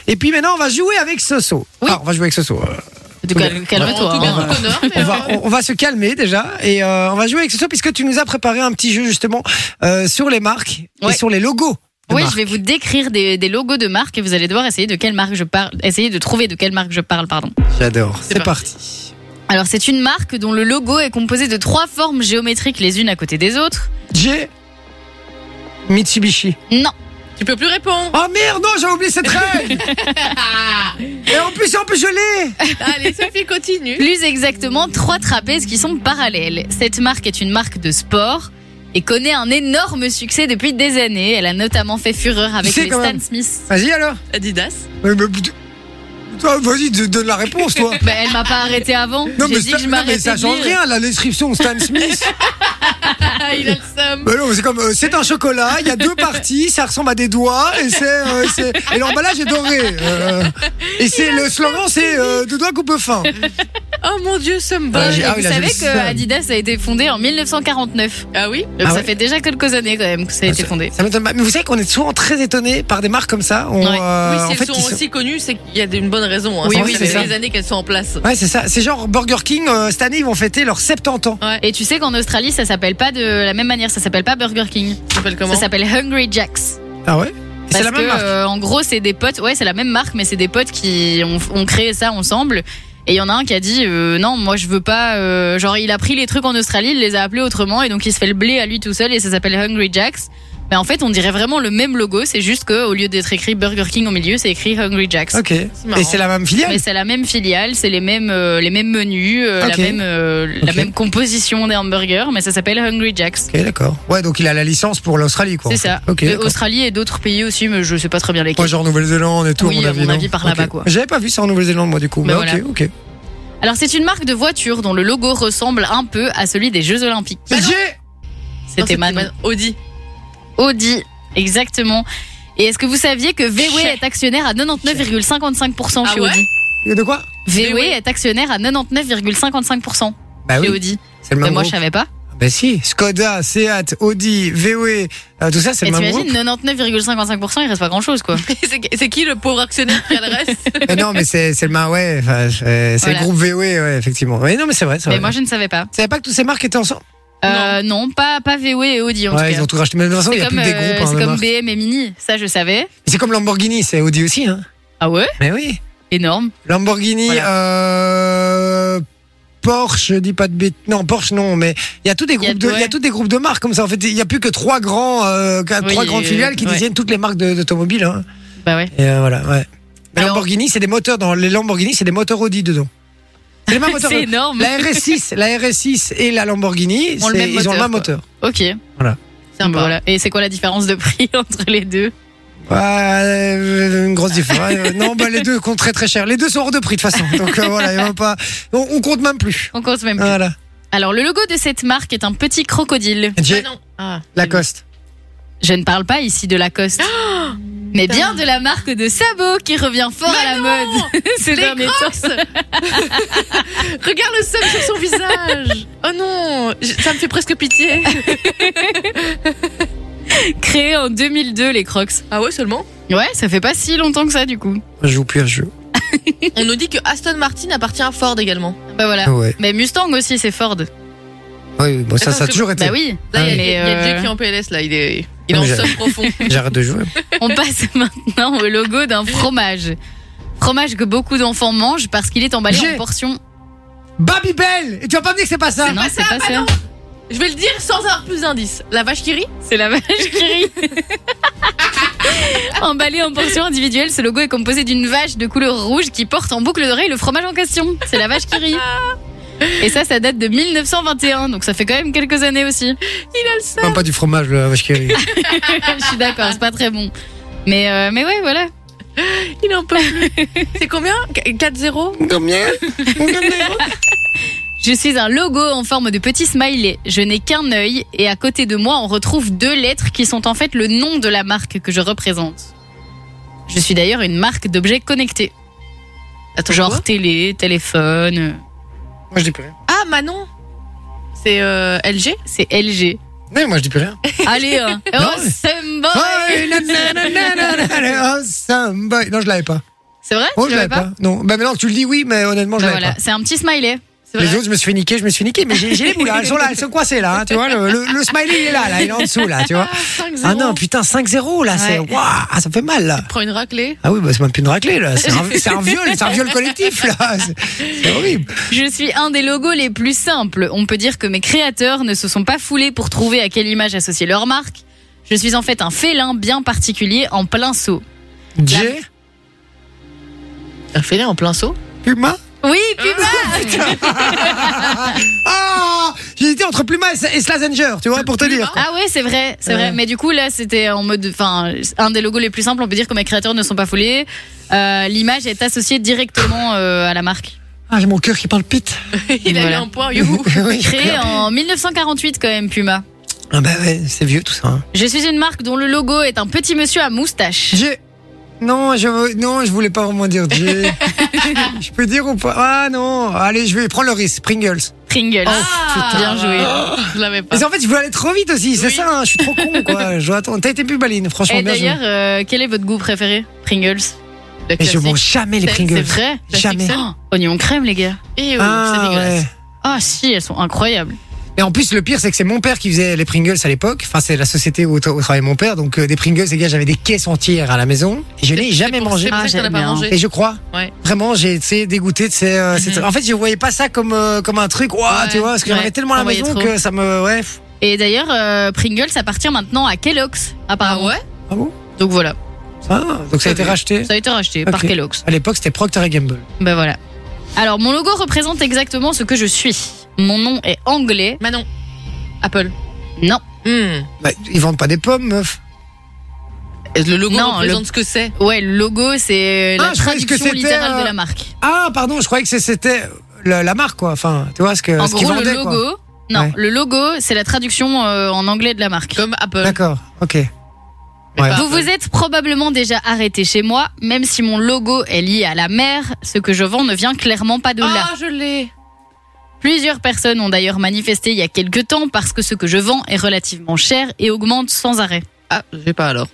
Et puis maintenant, on va jouer avec Soso. Oui. On va jouer avec Soso. Calme-toi. On va se calmer déjà et on va jouer avec Soso puisque tu nous as préparé un petit jeu justement sur les marques et sur les logos. Oui, je vais vous décrire des logos de marques et vous allez devoir essayer de quelle marque je parle. Essayer de trouver de quelle marque je parle, pardon. J'adore. C'est parti. Alors, c'est une marque dont le logo est composé de 3 formes géométriques les unes à côté des autres. Mitsubishi. Non. Tu peux plus répondre. Oh merde, non, j'ai oublié cette règle. Et en plus, je l'ai. Allez, Sophie, continue. Plus exactement, 3 trapèzes qui sont parallèles. Cette marque est une marque de sport et connaît un énorme succès depuis des années. Elle a notamment fait fureur avec les Stan Smith. Vas-y alors. Adidas. Toi, vas-y, donne la réponse, toi. Elle m'a pas arrêté avant. Non, J'ai dit que je m'arrêtais. ça change rien, la description Stan Smith. Il a le seum. Non, c'est comme, c'est un chocolat, il y a 2 parties, ça ressemble à des doigts, et l'emballage est doré. Et le slogan, c'est 2 doigts coupe fin. Oh mon Dieu, seum. Vous savez que Adidas a été fondé en 1949. Ah oui. Donc ça fait déjà quelques années quand même que ça a été fondé. Ça m'étonne pas. Mais vous savez qu'on est souvent très étonnés par des marques comme ça. Oui, si elles sont aussi connues, c'est qu'il y a une bonne raison. Hein. Oui, ça fait des années qu'elles sont en place. Ouais, c'est ça. C'est genre Burger King, cette année, ils vont fêter leurs 70 ans. Ouais. Et tu sais qu'en Australie, ça s'appelle pas de la même manière, ça s'appelle pas Burger King. Ça s'appelle comment ? Ça s'appelle Hungry Jack's. Ah ouais ? C'est la même marque. En gros, c'est des potes, c'est la même marque, mais c'est des potes qui ont créé ça ensemble. Et il y en a un qui a dit non, moi je veux pas. Genre, il a pris les trucs en Australie, il les a appelés autrement, et donc il se fait le blé à lui tout seul, et ça s'appelle Hungry Jack's. Mais en fait, on dirait vraiment le même logo, c'est juste qu'au lieu d'être écrit Burger King au milieu, c'est écrit Hungry Jack's. Ok. Et c'est la même filiale ? Mais c'est la même filiale, c'est les mêmes menus, la même composition des hamburgers, mais ça s'appelle Hungry Jack's. Ok, d'accord. Ouais, donc il a la licence pour l'Australie, quoi. C'est ça. Okay, Australie et d'autres pays aussi, mais je sais pas très bien lesquels. Ouais, genre Nouvelle-Zélande et tout, oui, à mon avis, par là-bas, quoi. J'avais pas vu ça en Nouvelle-Zélande, moi, du coup. Mais voilà. Ok. Alors, c'est une marque de voiture dont le logo ressemble un peu à celui des Jeux Olympiques. C'était Manon. Audi, exactement. Et est-ce que vous saviez que VW est actionnaire à 99,55% chez Audi ? De quoi ? VW est actionnaire à 99,55% chez Audi. C'est le même moi, groupe. je savais pas. Ben si, Skoda, Seat, Audi, VW, tout ça, c'est le même groupe. T'imagines, 99,55%, il reste pas grand-chose, quoi. C'est qui le pauvre actionnaire qui a le reste ? Mais non, mais c'est le c'est le groupe VW, ouais, effectivement. Mais non, mais c'est vrai. Mais moi, je ne savais pas. Tu savais pas que toutes ces marques étaient ensemble ? Non, pas VW et Audi en tout cas. Ils ont tout racheté. Mais de toute façon, il y a plus des groupes. C'est comme BM et Mini, ça je savais. C'est comme Lamborghini, c'est Audi aussi, hein. Ah ouais ? Mais oui. Énorme. Lamborghini, Porsche, je dis pas de bêtises. Non, Porsche non, mais il y a tous des groupes il y a tous des groupes de marques comme ça. En fait, il y a plus que 3 grandes filiales qui détiennent toutes les marques d'automobiles, hein. Bah ouais. Et voilà, ouais. Mais Lamborghini, c'est des moteurs dans les Lamborghini, c'est des moteurs Audi dedans. C'est les mêmes moteurs. C'est énorme. La RS6 et la Lamborghini, ils ont le même moteur. Ok. Voilà. Sympa. Voilà. Et c'est quoi la différence de prix entre les deux ? Une grosse différence. Non, les deux coûtent très très cher. Les deux sont hors de prix de toute façon. Donc voilà, il va pas. On compte même plus. On compte même plus. Voilà. Alors le logo de cette marque est un petit crocodile. Lacoste. Je ne parle pas ici de Lacoste. Mais bien de la marque de sabots qui revient fort à la mode ces derniers temps. Regarde le seum sur son visage. Oh non, ça me fait presque pitié. Créé en 2002, les Crocs. Ah ouais, seulement ? Ouais, ça fait pas si longtemps que ça du coup. Je joue plus à ce jeu. On nous dit que Aston Martin appartient à Ford également. Bah voilà. Ouais. Mais Mustang aussi, c'est Ford. Oui, bon, ça a toujours été. Bah oui. Là, il y a Jay qui est en PLS, là, il est en somme profond. J'arrête de jouer. On passe maintenant au logo d'un fromage. Fromage que beaucoup d'enfants mangent parce qu'il est emballé en portions. Babybel. Et tu vas pas me dire que c'est pas ça. Non, c'est pas ça. Non. Je vais le dire sans avoir plus d'indices. La vache qui rit ? C'est la vache qui rit. Emballé en portions individuelles, ce logo est composé d'une vache de couleur rouge qui porte en boucle d'oreille le fromage en question. C'est la vache qui rit. Et ça date de 1921, donc ça fait quand même quelques années aussi. Il a le seum. Même pas du fromage, la vache qui rit. Je suis d'accord, c'est pas très bon. Mais ouais, voilà. Il en peut plus. C'est combien ? 4-0 ? Combien ? Je suis un logo en forme de petit smiley. Je n'ai qu'un œil et à côté de moi, on retrouve 2 lettres qui sont en fait le nom de la marque que je représente. Je suis d'ailleurs une marque d'objets connectés. Attends, genre quoi ? télé, téléphone. Moi je dis plus rien. Ah, Manon. C'est LG ? C'est LG. Non, moi je dis plus rien. Allez, hein. Awesome boy. Awesome boy. Non, je l'avais pas. C'est vrai? Oh, Tu je l'avais l'avais pas. Non. Bah, maintenant que tu le dis, oui, mais honnêtement, je Bah l'avais voilà, pas. c'est un petit smiley. C'est Les vrai. autres, je me suis fait niquer, mais j'ai les boules là, elles sont coincées là, hein, tu vois, le smiley il est là, il est en dessous là, tu vois. 5-0. Ah non, putain, 5-0 là, c'est, Ouais. waouh, ça fait mal là. Prends une raclée. Ah oui, bah c'est même plus une raclée là, c'est un viol collectif là, c'est horrible. Je suis un des logos les plus simples. On peut dire que mes créateurs ne se sont pas foulés pour trouver à quelle image associer leur marque. Je suis en fait un félin bien particulier en plein saut. Jay, Un félin en plein saut. Puma. Oui, Puma. Ah, j'hésitais entre Puma et Slazenger, tu vois, pour te dire. Ah ouais, c'est vrai, c'est vrai. Mais du coup là, c'était en mode, enfin, un des logos les plus simples. On peut dire que mes créateurs ne sont pas foulés. L'image est associée directement à la marque. Ah, j'ai mon cœur qui parle pite. Il a eu Voilà. un point, youhou. Oui. Créé en 1948 quand même, Puma. Ah bah ouais, c'est vieux tout ça. Hein. Je suis une marque dont le logo est un petit monsieur à moustache. Non, je voulais pas vraiment dire Jay. Je peux dire ou pas? Ah non, allez, je vais prendre le risque. Pringles. Pringles. Bien joué. Je l'avais pas. Mais en fait, je voulais aller trop vite aussi, c'est Oui. ça, hein, je suis trop con quoi. Je dois attendre. T'as été plus baline, franchement, Et bien joué. d'ailleurs, quel est votre goût préféré? Pringles. La Mais je classique. mange jamais les C'est Pringles. vrai? Jamais. Oh, oignon crème, les gars. Et c'est Ah, dégueulasse. ouais. Ah si, elles sont incroyables. Et en plus, le pire, c'est que c'est mon père qui faisait les Pringles à l'époque. Enfin, c'est la société où travaillait mon père. Donc, des Pringles, les gars, j'avais des caisses entières à la maison. Et je n'ai jamais mangé. C'est pour ça que t'en as j'aime pas bien. mangé. Et je crois, Ouais. vraiment, j'ai été dégoûté de ces. En fait, je voyais pas ça comme un truc, ouah, Ouais, tu vois, parce que j'en ouais, avais tellement à la t'en voyais maison trop. que ça me. Ouais. Et d'ailleurs, Pringles appartient maintenant à Kellogg's, Ah apparemment. ouais? Ah bon? Donc voilà, Ah, donc ça a été racheté. ça a été racheté par Ok. Kellogg's. À l'époque, c'était Procter & Gamble. Ben voilà. Alors, mon logo représente exactement ce que je suis. Mon nom est anglais. Manon. Apple. Non. Bah, ils vendent pas des pommes, meuf. Et le logo Non, représente ce que c'est. Ouais, le logo, c'est la je croyais que traduction c'était, littérale de la marque. Ah, pardon, je croyais que c'était la marque, quoi. Enfin, tu vois ce qu'ils En gros, vendaient, le quoi. logo, non, Ouais. le logo, c'est la traduction en anglais de la marque. Comme Apple. D'accord, ok. Mais Ouais. pas Vous Apple. vous êtes probablement déjà arrêté chez moi, même si mon logo est lié à la mer, ce que je vends ne vient clairement pas de là. Ah, je l'ai. Plusieurs personnes ont d'ailleurs manifesté il y a quelques temps parce que ce que je vends est relativement cher et augmente sans arrêt. Ah, j'ai pas alors.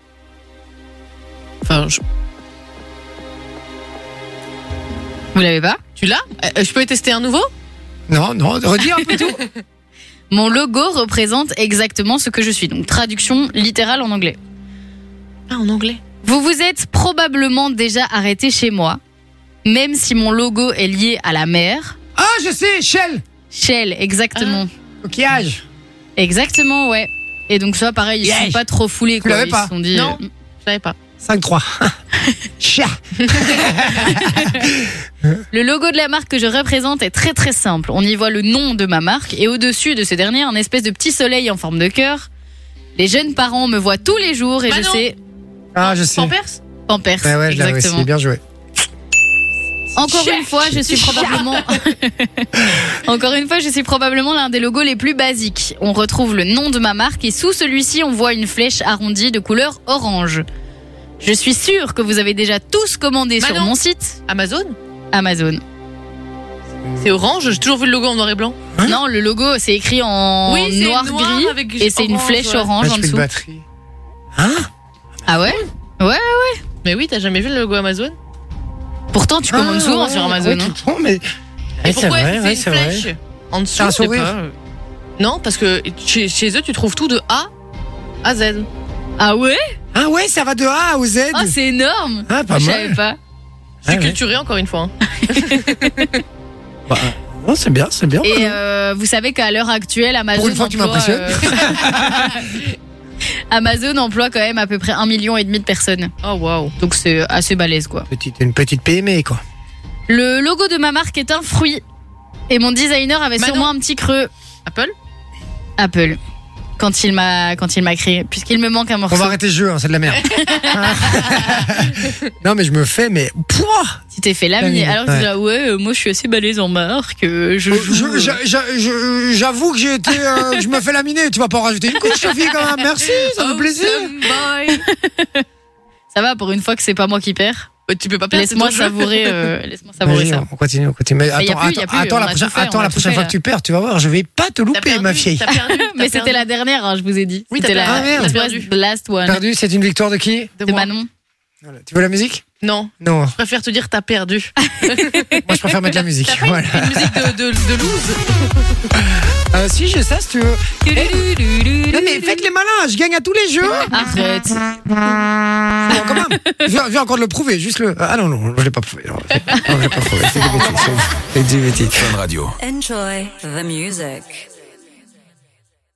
Enfin, Vous l'avez pas? tu l'as? Je peux tester un nouveau? Non, redis un peu tout. Mon logo représente exactement ce que je suis, donc traduction littérale en anglais. Ah, en anglais. Vous vous êtes probablement déjà arrêté chez moi, même si mon logo est lié à la mer. Ah, je sais, Shell. Shell, exactement. Coquillage. Exactement, ouais. Et donc ça, pareil, ils Yes. sont pas trop foulés, quoi. l'avais Ils pas. se sont dit, Non. Je savais pas. 5-3. Chat. Le logo de la marque que je représente est très très simple. On y voit le nom de ma marque et au-dessus de ce dernier, un espèce de petit soleil en forme de cœur. Les jeunes parents me voient tous les jours et je Manon. sais... Ah, je sais. Pampers? Pampers, Ouais, je l'avais exactement. aussi. Bien joué. Encore une fois, je suis probablement Encore une fois, je suis probablement l'un des logos les plus basiques. On retrouve le nom de ma marque et sous celui-ci, on voit une flèche arrondie de couleur orange. Je suis sûre que vous avez déjà tous commandé sur Manon. mon site Amazon? Amazon. C'est orange? J'ai toujours vu le logo en noir et blanc. Hein Non, le logo c'est écrit en Oui, c'est noir noir gris avec et c'est une orange, flèche ouais. orange en Plus de dessous. batterie. Hein? Ah ouais? Ouais. Mais oui, t'as jamais vu le logo Amazon? Pourtant, tu commandes souvent ouais, sur Amazon. ouais, hein. tout le temps, mais. Et c'est pourquoi vrai, c'est ouais, une c'est vrai. flèche en dessous? C'est un je sais sourire. pas. Non, parce que chez eux, tu trouves tout de A à Z. Ah ouais? Ah ouais, ça va de A à Z. Ah, c'est énorme. Ah, pas Je mal. savais pas. Je suis ouais. culturé encore une fois. hein. Bah, non, c'est bien, c'est bien. Et vous savez qu'à l'heure actuelle, Amazon Pour une fois que tu emploie, m'impressionnes. Amazon emploie quand même à peu près 1,5 million de personnes. Oh waouh. Donc c'est assez balèze quoi. Une petite PME, quoi. Le logo de ma marque est un fruit. Et mon designer avait Manon. sûrement un petit creux. Apple? Apple. Quand il m'a créé. Puisqu'il me manque un morceau. On va arrêter ce jeu, hein, c'est de la merde. Non, mais je me fais, mais. Pouah. Tu t'es fait laminer. Laminer, Alors tu ouais. dis là, ouais, moi je suis assez balèze en marque. Je joue. J'avoue que j'ai été. Je me fais laminer. Tu vas pas en rajouter une couche, Sophie, quand même. Merci, ça fait plaisir. Boy. Ça va pour une fois que c'est pas moi qui perds. Tu peux pas perdre. Laisse-moi c'est ton jeu. savourer. Laisse-moi savourer Vas-y, ça. on continue. Mais y a attends, plus, y a plus, attends on la a prochaine, tout fait, on attends a la tout prochaine fait, fois là. que tu perds, tu vas voir, je vais pas te T'as louper, perdu, ma fille. T'as perdu. Mais c'était la dernière, hein, je vous ai dit. Oui, C'était t'as la perdu. Ah, merde. it was T'as perdu. the last one. Perdu, c'est une victoire de qui? De Manon. Voilà. Tu veux la musique? Non, Non. je préfère te dire t'as perdu. Moi, je préfère mettre la musique. T'as pas Voilà. une musique de loose. Si, j'ai ça, si tu veux. Non, mais faites les malins, je gagne à tous les jeux. Arrête. Non, quand même. Je viens encore de le prouver, juste le. Ah non, je l'ai pas prouvé. Non, je l'ai pas prouvé. C'est des bêtises. C'est des bêtises. Fun Radio. Enjoy the music.